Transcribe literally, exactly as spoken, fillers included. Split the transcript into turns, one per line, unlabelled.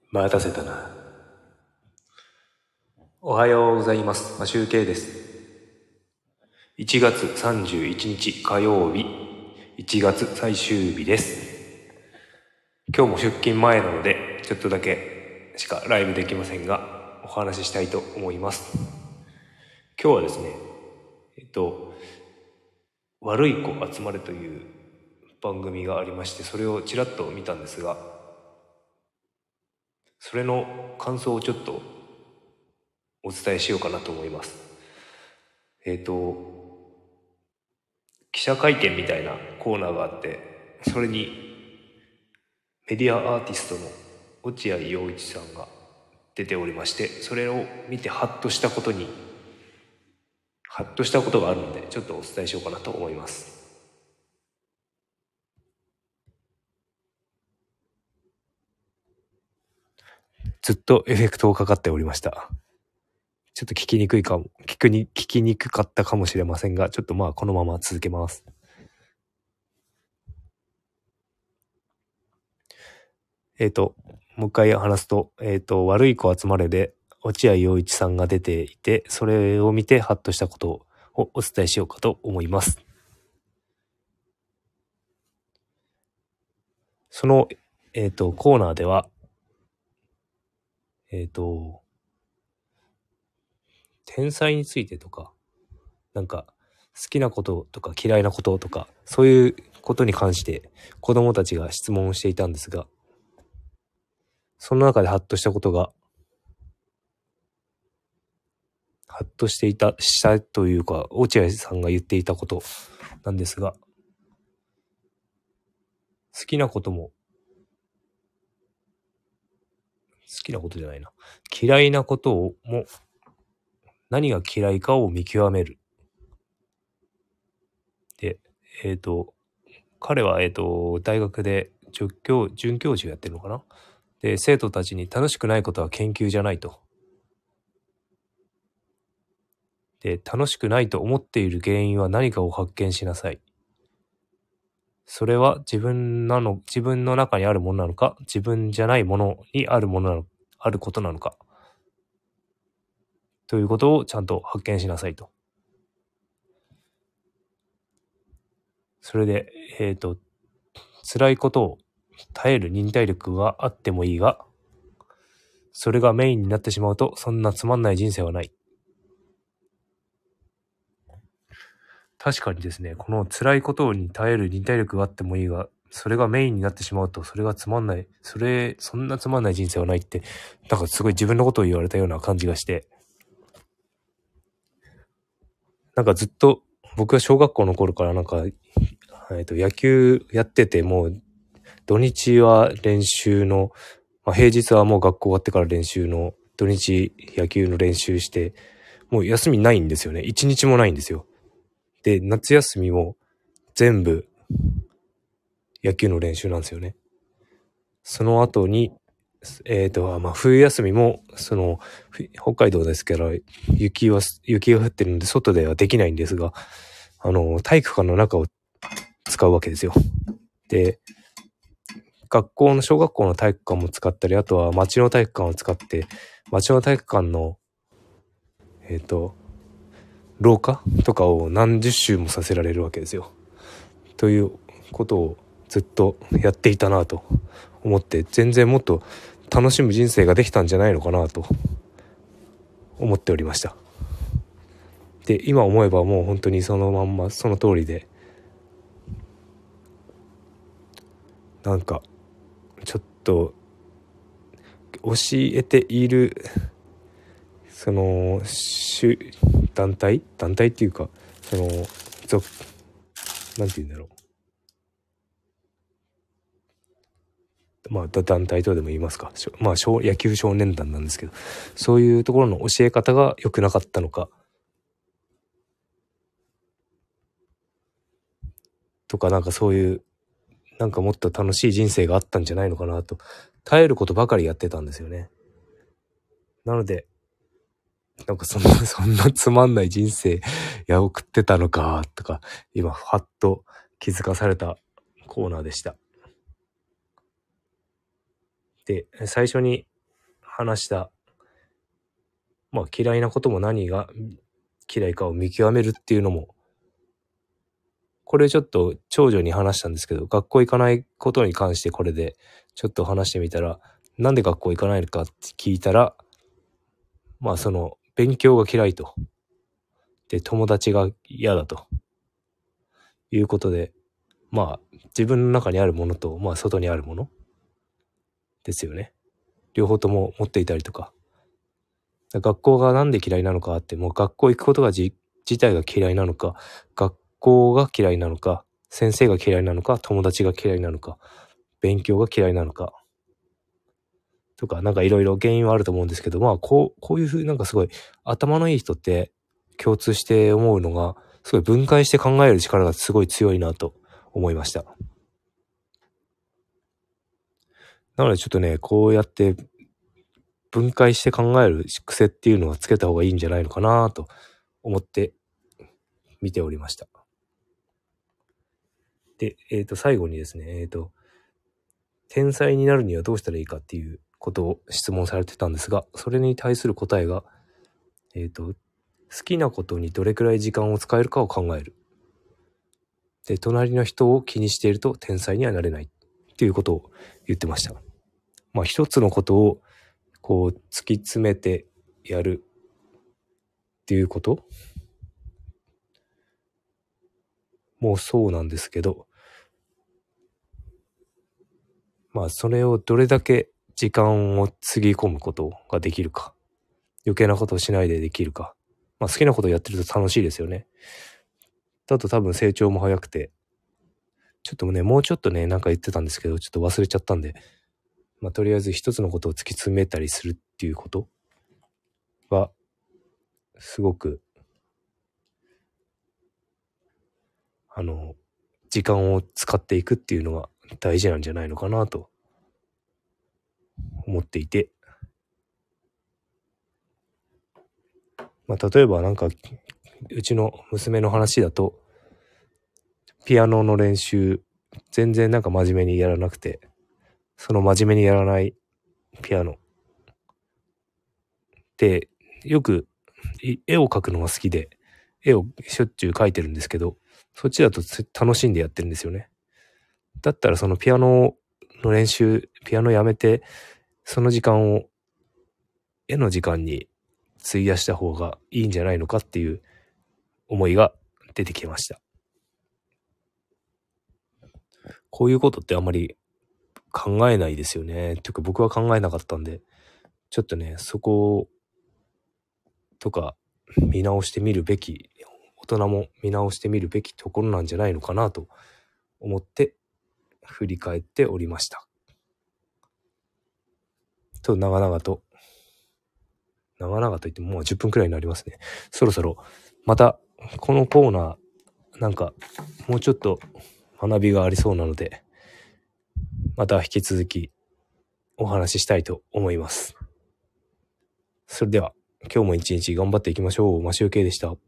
待たせたな。おはようございます。マシュウケイです。いちがつさんじゅういちにち火曜日、いちがつ最終日です。今日も出勤前なのでちょっとだけしかライブできませんが、お話ししたいと思います。今日はですね、えっと悪い子集まれという番組がありまして、それをちらっと見たんですが、それの感想をちょっとお伝えしようかなと思います。えっと記者会見みたいなコーナーがあって、それにメディアアーティストの落合陽一さんが出ておりまして、それを見てハッとしたことにハッとしたことがあるので、ちょっとお伝えしようかなと思います。ずっとエフェクトをかかっておりました。ちょっと聞きにくいかも聞くに聞きにくかったかもしれませんが、ちょっとまあこのまま続けます。えっ、ー、ともう一回話すと、えっ、ー、と悪い子集まれで落合陽一さんが出ていて、それを見てハッとしたことをお伝えしようかと思います。その、えっ、ー、とコーナーでは、えっ、ー、と天才についてとか、なんか好きなこととか嫌いなこととか、そういうことに関して子供たちが質問をしていたんですが、その中でハッとしたことが、ハッとしていた、したというか、落合さんが言っていたことなんですが、好きなことも、好きなことじゃないな。嫌いなことをも、何が嫌いかを見極める。で、えっ、ー、と、彼は、えっ、ー、と、大学で助教、准教授やってるのかな。で、生徒たちに楽しくないことは研究じゃないと。で、楽しくないと思っている原因は何かを発見しなさい。それは自分なの、自分の中にあるものなのか、自分じゃないものにあるものなの、あることなのか、ということをちゃんと発見しなさいと。それで、えっと、辛いことを耐える忍耐力があってもいいが、それがメインになってしまうと、そんなつまんない人生はない。確かにですね、この辛いことに耐える忍耐力があってもいいが、それがメインになってしまうと、それがつまんない、それ、そんなつまんない人生はないって、なんかすごい自分のことを言われたような感じがして、なんかずっと、僕が小学校の頃からなんか、えっと、野球やってて、もう、土日は練習の、まあ、平日はもう学校終わってから練習の、土日野球の練習して、もう休みないんですよね。一日もないんですよ。で、夏休みも全部野球の練習なんですよね。その後に、えっと、まあ、冬休みも、その、北海道ですから、雪は、雪が降ってるので、外ではできないんですが、あの、体育館の中を使うわけですよ。で、学校の、小学校の体育館も使ったり、あとは町の体育館を使って、町の体育館の、えっと、廊下とかを何十周もさせられるわけですよ。ということをずっとやっていたなと思って、全然もっと楽しむ人生ができたんじゃないのかなと思っておりました。で、今思えばもう本当にそのまんまその通りで、なんかちょっと教えているその団体団体っていうか、その属なんて言うんだろう、まあ団体とでも言いますか、まあ野球少年団なんですけど、そういうところの教え方が良くなかったのかとか、なんかそういう、なんかもっと楽しい人生があったんじゃないのかなと、耐えることばかりやってたんですよね。なので、なんかそんな、そんなつまんない人生や送ってたのかとか、今、はっと気づかされたコーナーでした。で、最初に話した、まあ嫌いなことも何が嫌いかを見極めるっていうのも、これちょっと長女に話したんですけど、学校行かないことに関してこれでちょっと話してみたら、なんで学校行かないのかって聞いたら、まあその勉強が嫌いと。で、友達が嫌だと。いうことで、まあ自分の中にあるものと、まあ外にあるものですよね。両方とも持っていたりとか。学校がなんで嫌いなのかって、もう学校行くことがじ自体が嫌いなのか、学校が嫌いなのか、先生が嫌いなのか、友達が嫌いなのか、勉強が嫌いなのか、とか、なんかいろいろ原因はあると思うんですけど、まあこう、こういうふうになんかすごい頭のいい人って共通して思うのが、すごい分解して考える力がすごい強いなと思いました。なのでちょっとね、こうやって分解して考える癖っていうのはつけた方がいいんじゃないのかなと思って見ておりました。で、えっと、最後にですね、えっと、天才になるにはどうしたらいいかっていうことを質問されてたんですが、それに対する答えが、えっと、好きなことにどれくらい時間を使えるかを考える。で、隣の人を気にしていると天才にはなれないっていうことを言ってました。まあ、一つのことをこう突き詰めてやるっていうこともうそうなんですけど、まあそれをどれだけ時間をつぎ込むことができるか、余計なことをしないでできるか、まあ好きなことをやってると楽しいですよね。だと多分成長も早くて、ちょっとね、もうちょっとね、なんか言ってたんですけど、ちょっと忘れちゃったんで、まあとりあえず一つのことを突き詰めたりするっていうことが、すごく、あの、時間を使っていくっていうのが大事なんじゃないのかなと思っていて、まあ例えばなんかうちの娘の話だとピアノの練習全然なんか真面目にやらなくて、その真面目にやらないピアノってよく絵を描くのが好きで絵をしょっちゅう描いてるんですけど、そっちだと楽しんでやってるんですよね。だったらそのピアノの練習、ピアノやめてその時間を絵の時間に費やした方がいいんじゃないのかっていう思いが出てきました。こういうことってあんまり考えないですよね。っていうか僕は考えなかったんで、ちょっとね、そことか見直してみるべき、大人も見直してみるべきところなんじゃないのかなと思って振り返っておりました。と長々と、長々と言ってももうじゅっぷんくらいになりますね。そろそろまたこのコーナーなんかもうちょっと学びがありそうなので、また引き続きお話ししたいと思います。それでは今日も一日頑張っていきましょう。マシュウケイでした。